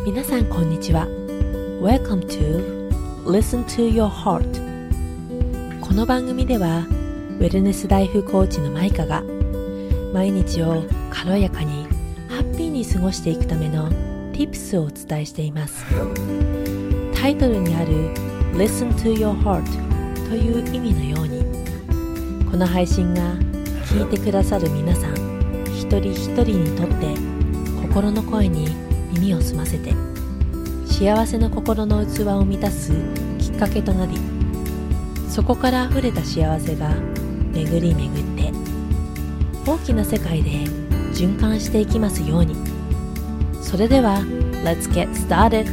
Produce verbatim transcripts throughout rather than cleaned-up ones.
皆さんこんにちは。 Welcome to Listen to Your Heart。 この番組ではウェルネスライフコーチのマイカが毎日を軽やかにハッピーに過ごしていくための Tips をお伝えしています。タイトルにある Listen to Your Heart という意味のように、この配信が聞いてくださる皆さん一人一人にとって心の声に耳を澄ませて、幸せの心の器を満たすきっかけとなり、そこから溢れた幸せが巡り巡って大きな世界で循環していきますように。それでは Let's get started!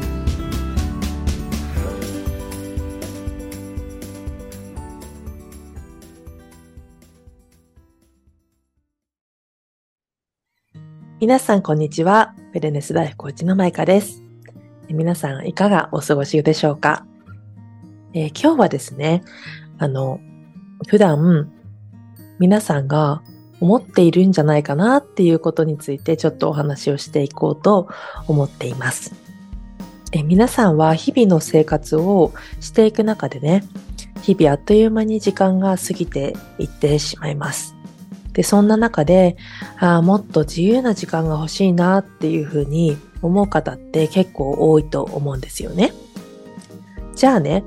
皆さんこんにちは。ウェルネスライフコーチのマイカです。皆さんいかがお過ごしでしょうか。えー、今日はですね、あの普段皆さんが思っているんじゃないかなっていうことについてちょっとお話をしていこうと思っています。えー、皆さんは日々の生活をしていく中でね、日々あっという間に時間が過ぎていってしまいます。で、そんな中で、あー、もっと自由な時間が欲しいなっていうふうに思う方って結構多いと思うんですよね。じゃあね、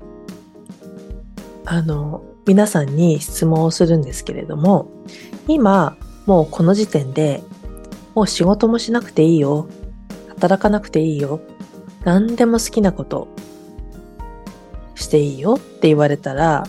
あの、皆さんに質問をするんですけれども、今、もうこの時点で、もう仕事もしなくていいよ。働かなくていいよ。何でも好きなことしていいよって言われたら、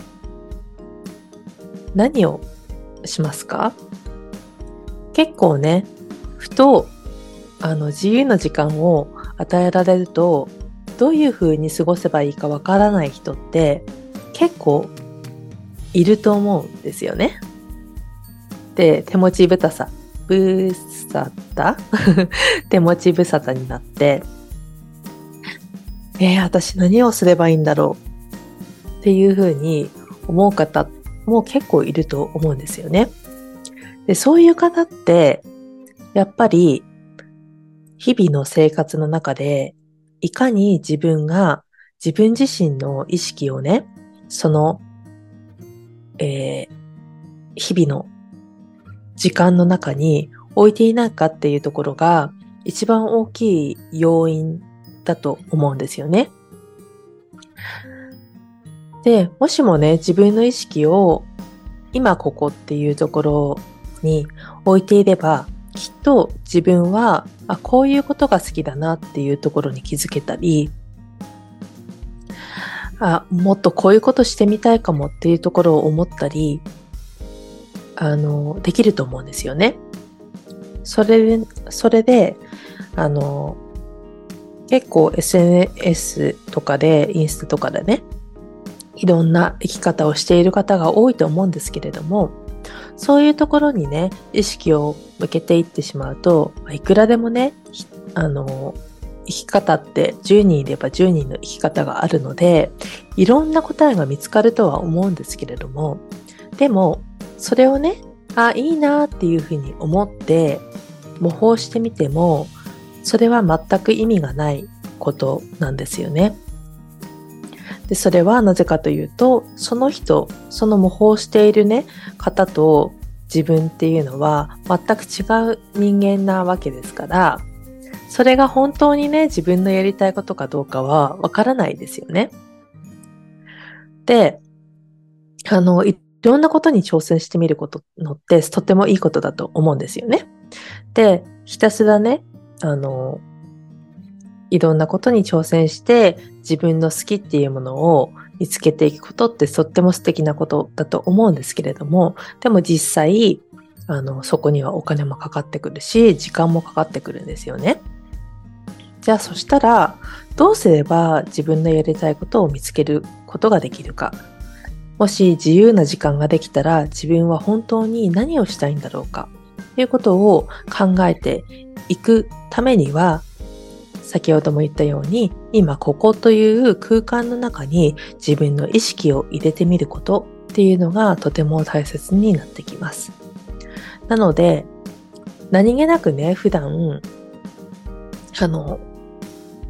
何をしますか？結構ね、ふとあの自由な時間を与えられると、どういう風に過ごせばいいかわからない人って結構いると思うんですよね。で、手持ちぶたさ、ぶさた手持ちぶさたになって、えー、私何をすればいいんだろうっていう風に思う方も結構いると思うんですよね。で、そういう方って、やっぱり、日々の生活の中で、いかに自分が、自分自身の意識をね、その、えー、日々の時間の中に置いていないかっていうところが、一番大きい要因だと思うんですよね。で、もしもね、自分の意識を今ここっていうところに置いていれば、きっと自分はあこういうことが好きだなっていうところに気づけたり、あもっとこういうことしてみたいかもっていうところを思ったり、あのできると思うんですよね。それで、それであの結構 エスエヌエス とかでインスタとかでね、いろんな生き方をしている方が多いと思うんですけれども、そういうところにね、意識を向けていってしまうと、いくらでもね、あの、生き方ってじゅうにんいればじゅうにんの生き方があるので、いろんな答えが見つかるとは思うんですけれども、でも、それをね、あ、いいなっていうふうに思って、模倣してみても、それは全く意味がないことなんですよね。で、それはなぜかというと、その人、その模倣しているね、方と自分っていうのは全く違う人間なわけですから、それが本当にね、自分のやりたいことかどうかはわからないですよね。で、あの、いろんなことに挑戦してみることのってとてもいいことだと思うんですよね。で、ひたすらね、あの、いろんなことに挑戦して自分の好きっていうものを見つけていくことってとっても素敵なことだと思うんですけれども、でも実際あのそこにはお金もかかってくるし、時間もかかってくるんですよね。じゃあそしたらどうすれば自分のやりたいことを見つけることができるか。もし自由な時間ができたら自分は本当に何をしたいんだろうかということを考えていくためには、先ほども言ったように、今ここという空間の中に自分の意識を入れてみることっていうのがとても大切になってきます。なので、何気なくね、普段、あの、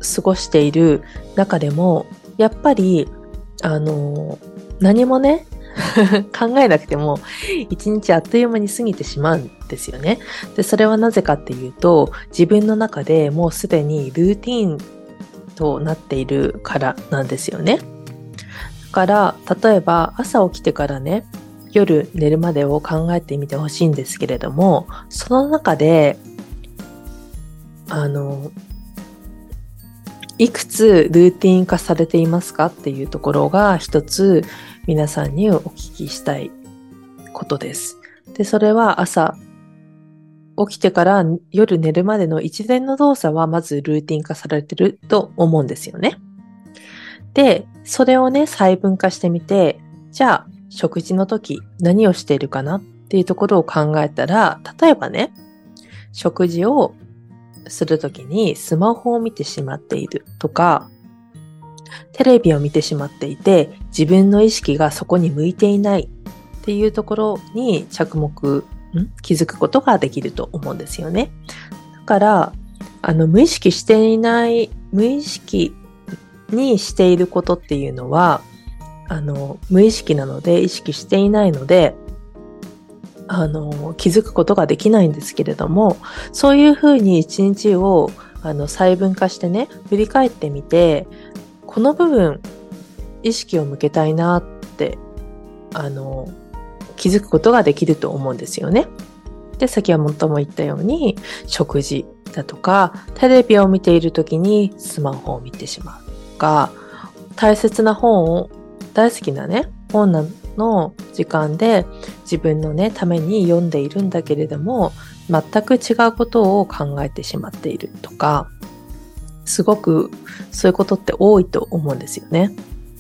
過ごしている中でも、やっぱり、あの、何もね、考えなくても、一日あっという間に過ぎてしまうんですよね。で、それはなぜかっていうと、自分の中でもうすでにルーティーンとなっているからなんですよね。だから、例えば朝起きてからね、夜寝るまでを考えてみてほしいんですけれども、その中で、あの、いくつルーティン化されていますかっていうところが一つ皆さんにお聞きしたいことです。で、それは朝起きてから夜寝るまでの一連の動作はまずルーティン化されてると思うんですよね。で、それをね、細分化してみて、じゃあ食事の時何をしているかなっていうところを考えたら、例えばね、食事をするときにスマホを見てしまっているとか、テレビを見てしまっていて自分の意識がそこに向いていないっていうところに着目、ん気づくことができると思うんですよね。だから、あの、無意識していない、無意識にしていることっていうのは、あの、無意識なので意識していないので、あの、気づくことができないんですけれども、そういうふうに一日をあの細分化してね、振り返ってみて、この部分意識を向けたいなってあの気づくことができると思うんですよね。で、先ほども言ったように、食事だとか、テレビを見ているときにスマホを見てしまうとか、大切な本を、大好きなね、本の時間で自分のね、ために読んでいるんだけれども、全く違うことを考えてしまっているとか、すごくそういうことって多いと思うんですよね。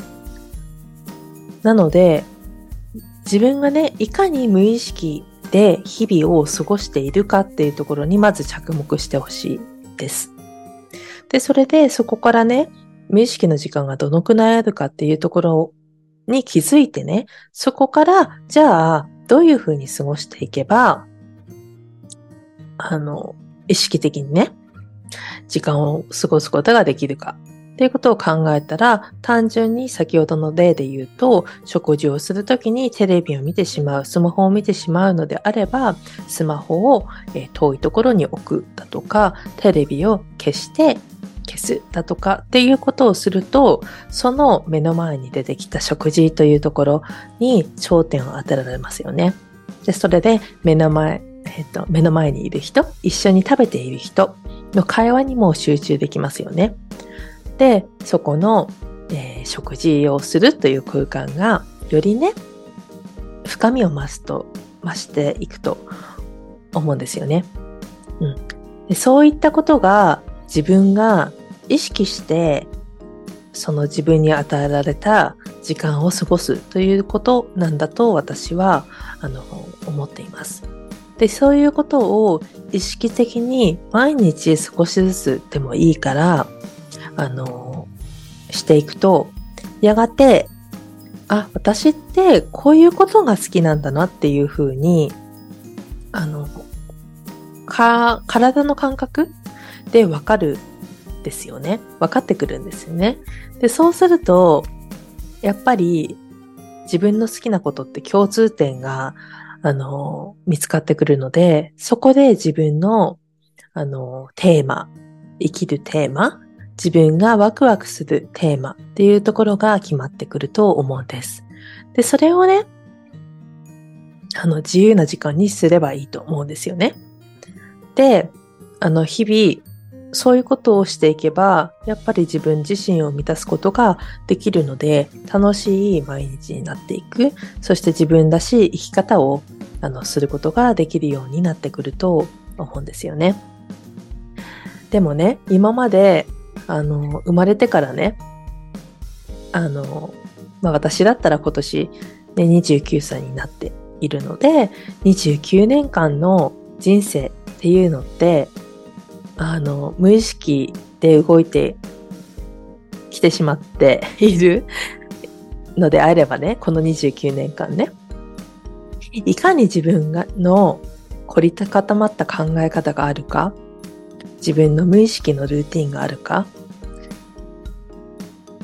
なので、自分がね、いかに無意識で日々を過ごしているかっていうところにまず着目してほしいです。で、それでそこからね、無意識の時間がどのくらいあるかっていうところに気づいてね、そこからじゃあどういうふうに過ごしていけば、あの、意識的にね、時間を過ごすことができるかっていうことを考えたら、単純に先ほどの例で言うと、食事をするときにテレビを見てしまう、スマホを見てしまうのであれば、スマホを遠いところに置くだとか、テレビを消して消すだとかっていうことをすると、その目の前に出てきた食事というところに焦点を当てられますよね。で、それで目の前、えっと、目の前にいる人、一緒に食べている人の会話にも集中できますよね。で、そこの、えー、食事をするという空間がよりね、深みを増すと、増していくと思うんですよね。うん。で、そういったことが自分が意識してその自分に与えられた時間を過ごすということなんだと私はあの思っています。で、そういうことを意識的に毎日少しずつでもいいからあのしていくと、やがてあ、私ってこういうことが好きなんだなっていうふうにあのか体の感覚でわかるですよね。分かってくるんですよね。で、そうするとやっぱり自分の好きなことって共通点があの見つかってくるので、そこで自分のあのテーマ、生きるテーマ、自分がワクワクするテーマっていうところが決まってくると思うんです。で、それをね、あの自由な時間にすればいいと思うんですよね。で、あの日々そういうことをしていけば、やっぱり自分自身を満たすことができるので、楽しい毎日になっていく。そして自分らしい生き方をあのすることができるようになってくると思うんですよね。でもね、今まであの生まれてからね、あの、まあ、私だったら今年、ね、にじゅうきゅうさいになっているので、にじゅうきゅうねんかんの人生っていうのって、あの、無意識で動いてきてしまっているのであればね、このにじゅうきゅうねんかんね、いかに自分がの凝り固まった考え方があるか、自分の無意識のルーティンがあるか、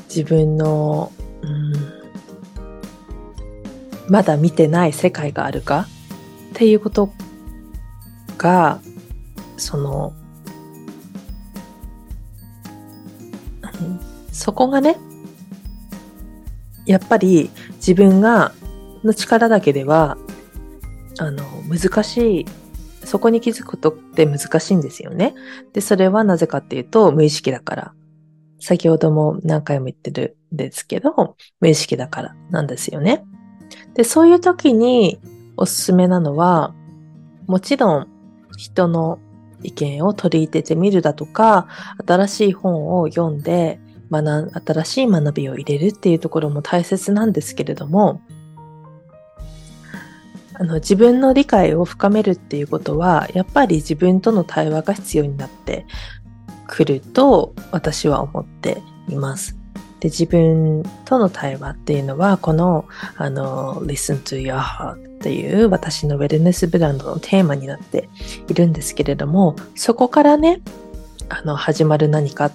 自分の、うん、まだ見てない世界があるかっていうことが、その、うん、そこがね、やっぱり自分がの力だけではあの難しい、そこに気づくことって難しいんですよね。で、それはなぜかっていうと無意識だから。先ほども何回も言ってるんですけど、無意識だからなんですよね。で、そういう時におすすめなのは、もちろん人の意見を取り入れてみるだとか、新しい本を読んで学、新しい学びを入れるっていうところも大切なんですけれども、あの自分の理解を深めるっていうことは、やっぱり自分との対話が必要になってくると私は思っています。で、自分との対話っていうのは、この、あの、Listen to Your Heart っていう私のウェルネスブランドのテーマになっているんですけれども、そこからね、あの、始まる何かって、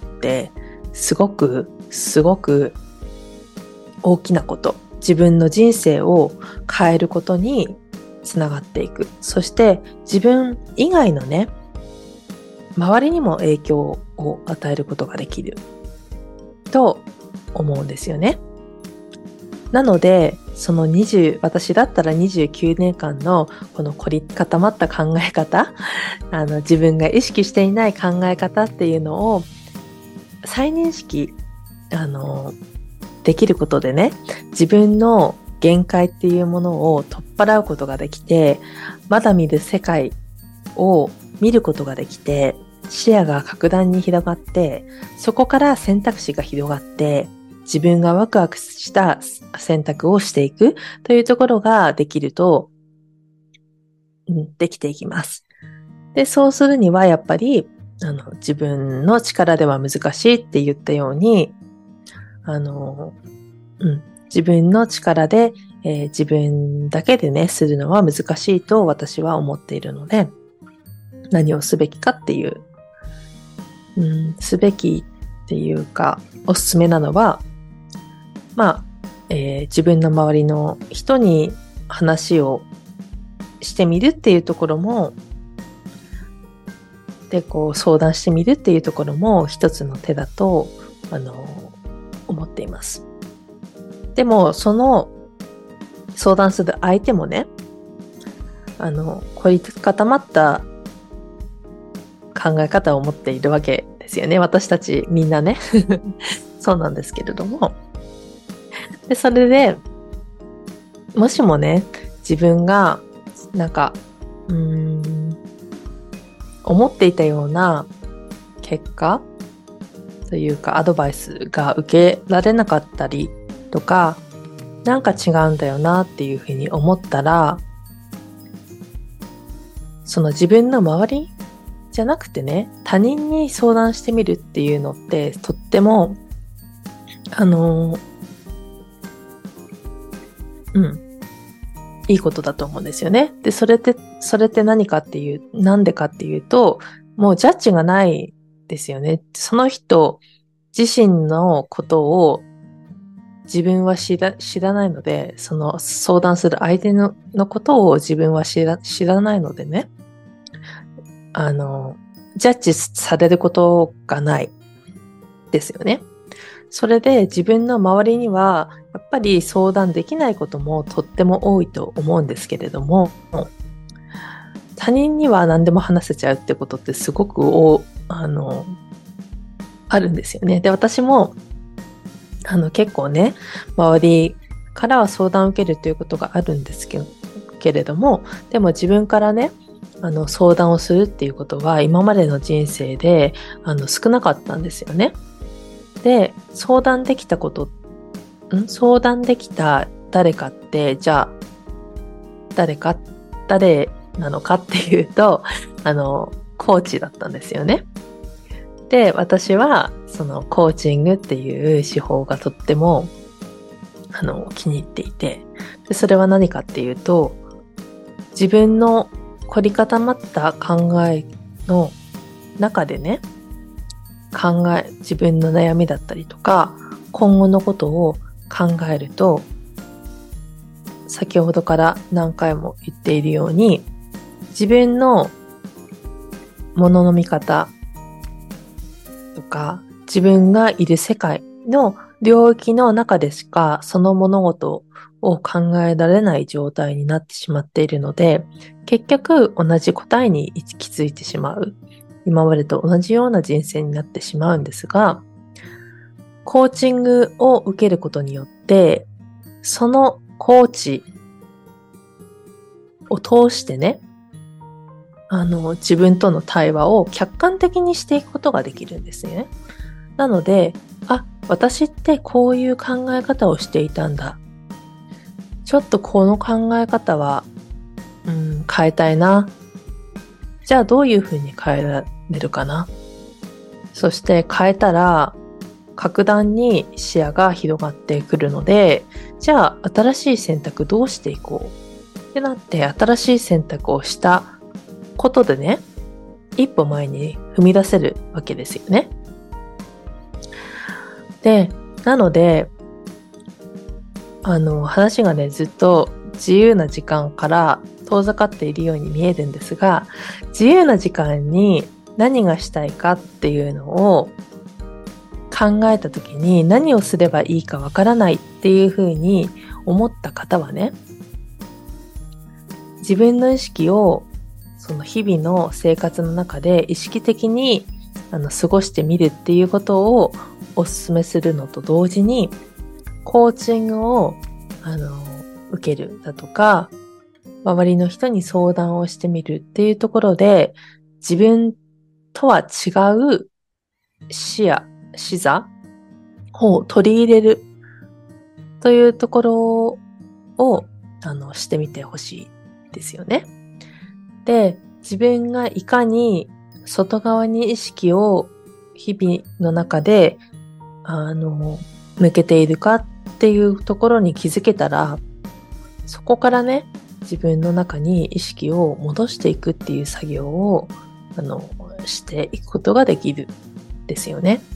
すごく、すごく大きなこと、自分の人生を変えることにつながっていく。そして自分以外のね、周りにも影響を与えることができると思うんですよね。なので、そのにじゅう、私だったらにじゅうきゅうねんかんのこの凝り固まった考え方、あの自分が意識していない考え方っていうのを再認識、あの、できることでね、自分の限界っていうものを取っ払うことができて、まだ見る世界を見ることができて、視野が格段に広がって、そこから選択肢が広がって、自分がワクワクした選択をしていくというところができると、うん、できていきます。で、そうするにはやっぱり、あの、自分の力では難しいって言ったように、あの、うん、自分の力で、えー、自分だけでね、するのは難しいと私は思っているので、何をすべきかっていう、うん、すべきっていうか、おすすめなのは、まあ、えー、自分の周りの人に話をしてみるっていうところも、で、こう相談してみるっていうところも一つの手だと、あの、思っています。でも、その相談する相手もね、あの、凝り固まった考え方を持っているわけですよね。私たちみんなね。そうなんですけれども。で、それで、もしもね、自分が、なんか、うーん、思っていたような結果というかアドバイスが受けられなかったりとか、なんか違うんだよなっていうふうに思ったら、その自分の周りじゃなくてね、他人に相談してみるっていうのってとっても、あの、うん、いいことだと思うんですよね。で、それって、それって何かっていう、なんでかっていうと、もうジャッジがないですよね。その人自身のことを自分は知ら、知らないので、その相談する相手の、のことを自分は知ら、知らないのでね、あの、ジャッジされることがないですよね。それで自分の周りにはやっぱり相談できないこともとっても多いと思うんですけれども、他人には何でも話せちゃうってことってすごくおあのあるんですよね。で、私もあの結構ね、周りからは相談を受けるということがあるんですけど、けれども、でも自分からね、あの相談をするっていうことは今までの人生であの少なかったんですよね。で、相談できたこと、ん相談できた誰かって、じゃあ、誰か、誰なのかっていうと、あの、コーチだったんですよね。で、私は、その、コーチングっていう手法がとっても、あの、気に入っていて、で、それは何かっていうと、自分の凝り固まった考えの中でね、考え、自分の悩みだったりとか、 今後のことを考えると、先ほどから何回も言っているように、自分のものの見方とか、自分がいる世界の領域の中でしかその物事を考えられない状態になってしまっているので、結局同じ答えに行き着いてしまう。今までと同じような人生になってしまうんですが、コーチングを受けることによって、そのコーチを通してね、あの、自分との対話を客観的にしていくことができるんですね。なので、あ、私ってこういう考え方をしていたんだ。ちょっとこの考え方は、うん、変えたいな。じゃあどういうふうに変えられるかな。そして変えたら、格段に視野が広がってくるので、じゃあ新しい選択どうしていこうってなって、新しい選択をしたことでね、一歩前に踏み出せるわけですよね。で、なので、あの、話がね、ずっと自由な時間から遠ざかっているように見えるんですが、自由な時間に何がしたいかっていうのを考えたときに、何をすればいいかわからないっていうふうに思った方はね、自分の意識をその日々の生活の中で意識的にあの過ごしてみるっていうことをお勧めするのと同時に、コーチングをあの受けるだとか、周りの人に相談をしてみるっていうところで、自分とは違う視野、視座を取り入れるというところをあのしてみてほしいですよね。で、自分がいかに外側に意識を日々の中であの向けているかっていうところに気づけたら、そこからね、自分の中に意識を戻していくっていう作業をあのしていくことができるんですよね。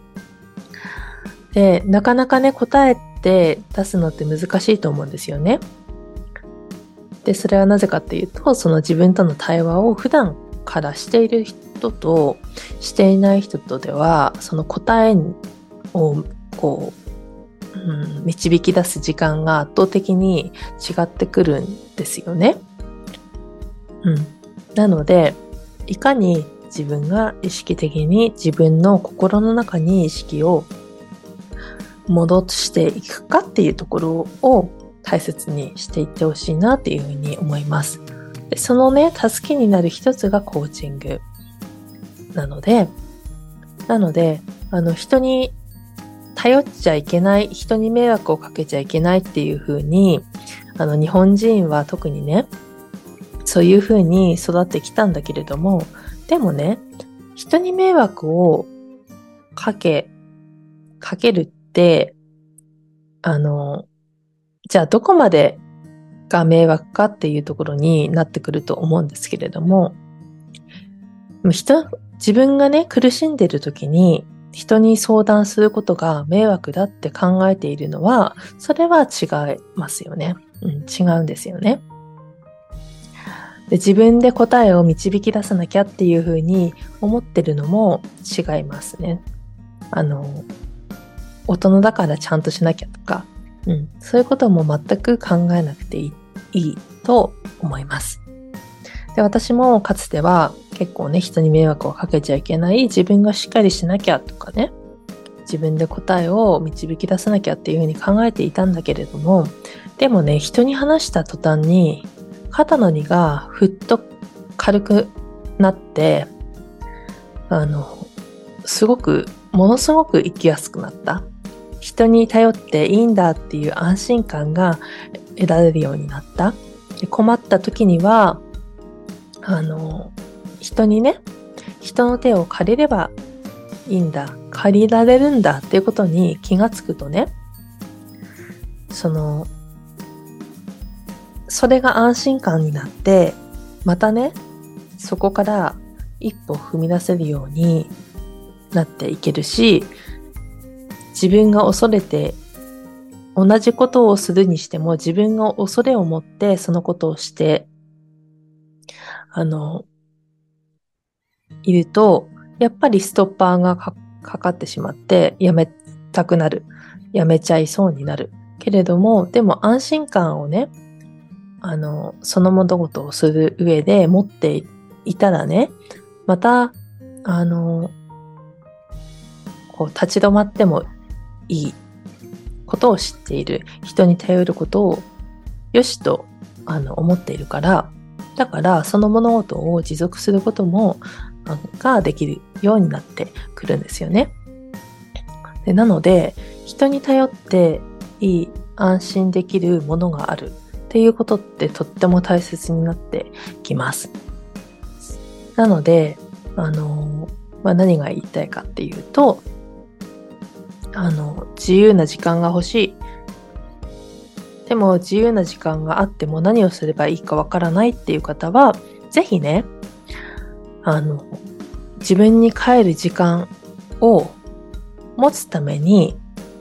で、なかなかね、答えって出すのって難しいと思うんですよね。で、それはなぜかっていうと、その自分との対話を普段からしている人としていない人とでは、その答えをこう、うん、導き出す時間が圧倒的に違ってくるんですよね。うん。なので、いかに自分が意識的に自分の心の中に意識を戻していくかっていうところを大切にしていってほしいなっていうふうに思います。で、そのね、助けになる一つがコーチングなので、なので、あの、人に頼っちゃいけない、人に迷惑をかけちゃいけないっていうふうに、あの、日本人は特にね、そういうふうに育ってきたんだけれども、でもね、人に迷惑をかけ、かけるって、あの、じゃあどこまでが迷惑かっていうところになってくると思うんですけれども、人、自分がね、苦しんでいる時に人に相談することが迷惑だって考えているのは、それは違いますよね。うん、違うんですよね。で、自分で答えを導き出さなきゃっていうふうに思ってるのも違いますね。あの、大人だからちゃんとしなきゃとか、うん、そういうことも全く考えなくていい、いいと思います。で、私もかつては結構ね、人に迷惑をかけちゃいけない、自分がしっかりしなきゃとかね、自分で答えを導き出さなきゃっていうふうに考えていたんだけれども、でもね、人に話した途端に肩の荷がふっと軽くなって、あの、すごく、ものすごく生きやすくなった。人に頼っていいんだっていう安心感が得られるようになった。で、困った時には、あの、人にね、人の手を借りればいいんだ、借りられるんだっていうことに気がつくとね、その、それが安心感になって、またね、そこから一歩踏み出せるようになっていけるし、 自分が恐れて、同じことをするにしても自分が恐れを持ってそのことをして、あの、いると、やっぱりストッパーが か, かかってしまってやめたくなる。やめちゃいそうになる。けれども、でも安心感をね、あの、その物事をする上で持っていたらね、また、あの、こう立ち止まってもいいことを知っている。人に頼ることをよしとあの思っているから、だからその物事を持続することもができるようになってくるんですよね。でなので、人に頼っていい、安心できるものがあるっていうことってとっても大切になってきます。なので、あの、まあ、何が言いたいかっていうと、あの、自由な時間が欲しい。でも自由な時間があっても何をすればいいかわからないっていう方は、ぜひね、あの、自分に帰る時間を持つために、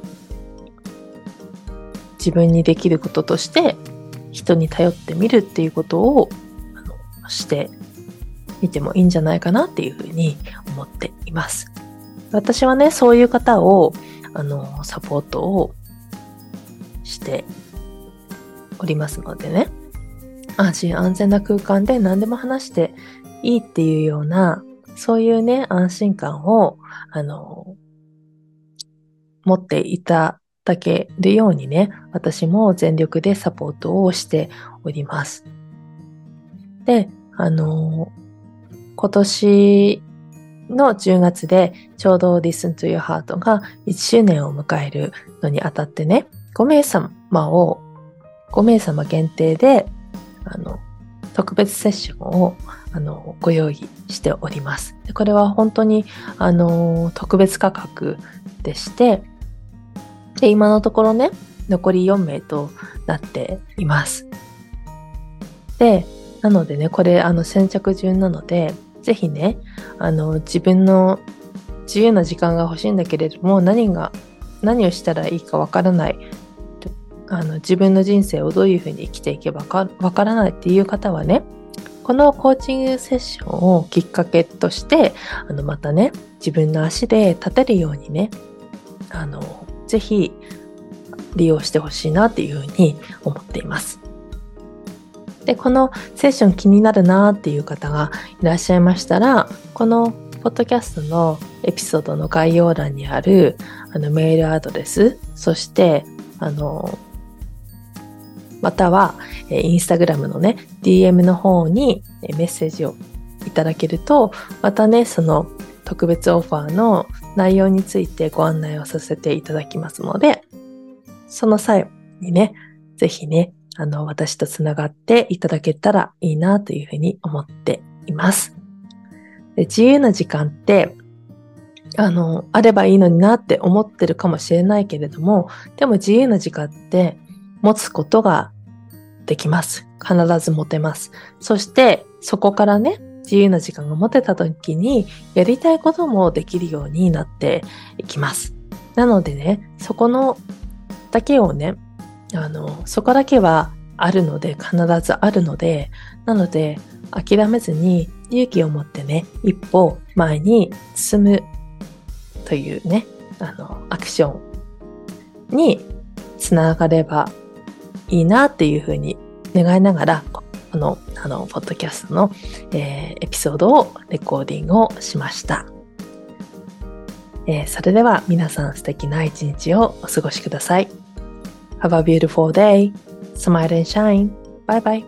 自分にできることとして人に頼ってみるっていうことをあのしてみてもいいんじゃないかなっていうふうに思っています。私はね、そういう方をあのサポートをしておりますのでね、安心安全な空間で何でも話していいっていうような、そういうね、安心感をあの持っていただけるようにね、私も全力でサポートをしております。で、あの今年のじゅうがつでちょうど Listen to Your Heart がいちしゅうねんを迎えるのにあたってね、ごめいさまをごめいさま限定であの特別セッションをあのご用意しております。でこれは本当にあの特別価格でして、で今のところね、残りよんめいとなっています。で、なのでね、これあの先着順なので、ぜひね、あの自分の自由な時間が欲しいんだけれども、何が何をしたらいいかわからない、あの自分の人生をどういうふうに生きていけばかわからないっていう方はね、このコーチングセッションをきっかけとして、あのまたね、自分の足で立てるようにね、あのぜひ利用してほしいなっていうふうに思っています。で、このセッション気になるなっていう方がいらっしゃいましたら、このポッドキャストのエピソードの概要欄にあるあのメールアドレス、そしてあのまたはインスタグラムのね ディーエム の方にメッセージをいただけると、またねその特別オファーの内容についてご案内をさせていただきますので、その際にね、ぜひね、あの、私とつながっていただけたらいいなというふうに思っています。で、自由な時間って、あの、あればいいのになって思ってるかもしれないけれども、でも自由な時間って持つことができます。必ず持てます。そして、そこからね、自由な時間が持てた時に、やりたいこともできるようになっていきます。なのでね、そこのだけをね、あの、そこだけはあるので、必ずあるので、なので、諦めずに勇気を持ってね、一歩前に進むというね、あの、アクションにつながればいいなっていうふうに願いながら、この、あの、ポッドキャストの、えー、エピソードをレコーディングをしました。えー、それでは皆さん素敵な一日をお過ごしください。Have a beautiful day. Smile and shine. Bye bye.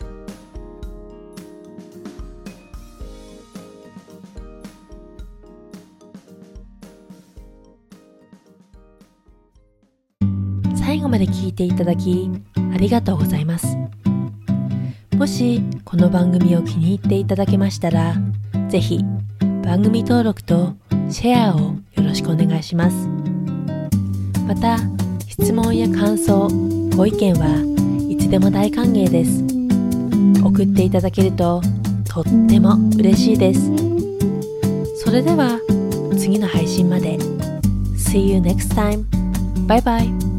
最後まで聞いていただきありがとうございます。もしこの番組を気に入っていただけましたら、ぜひ番組登録とシェアをよろしくお願いします。また、質問や感想、ご意見はいつでも大歓迎です。送っていただけるととっても嬉しいです。それでは次の配信まで。 See you next time. Bye bye.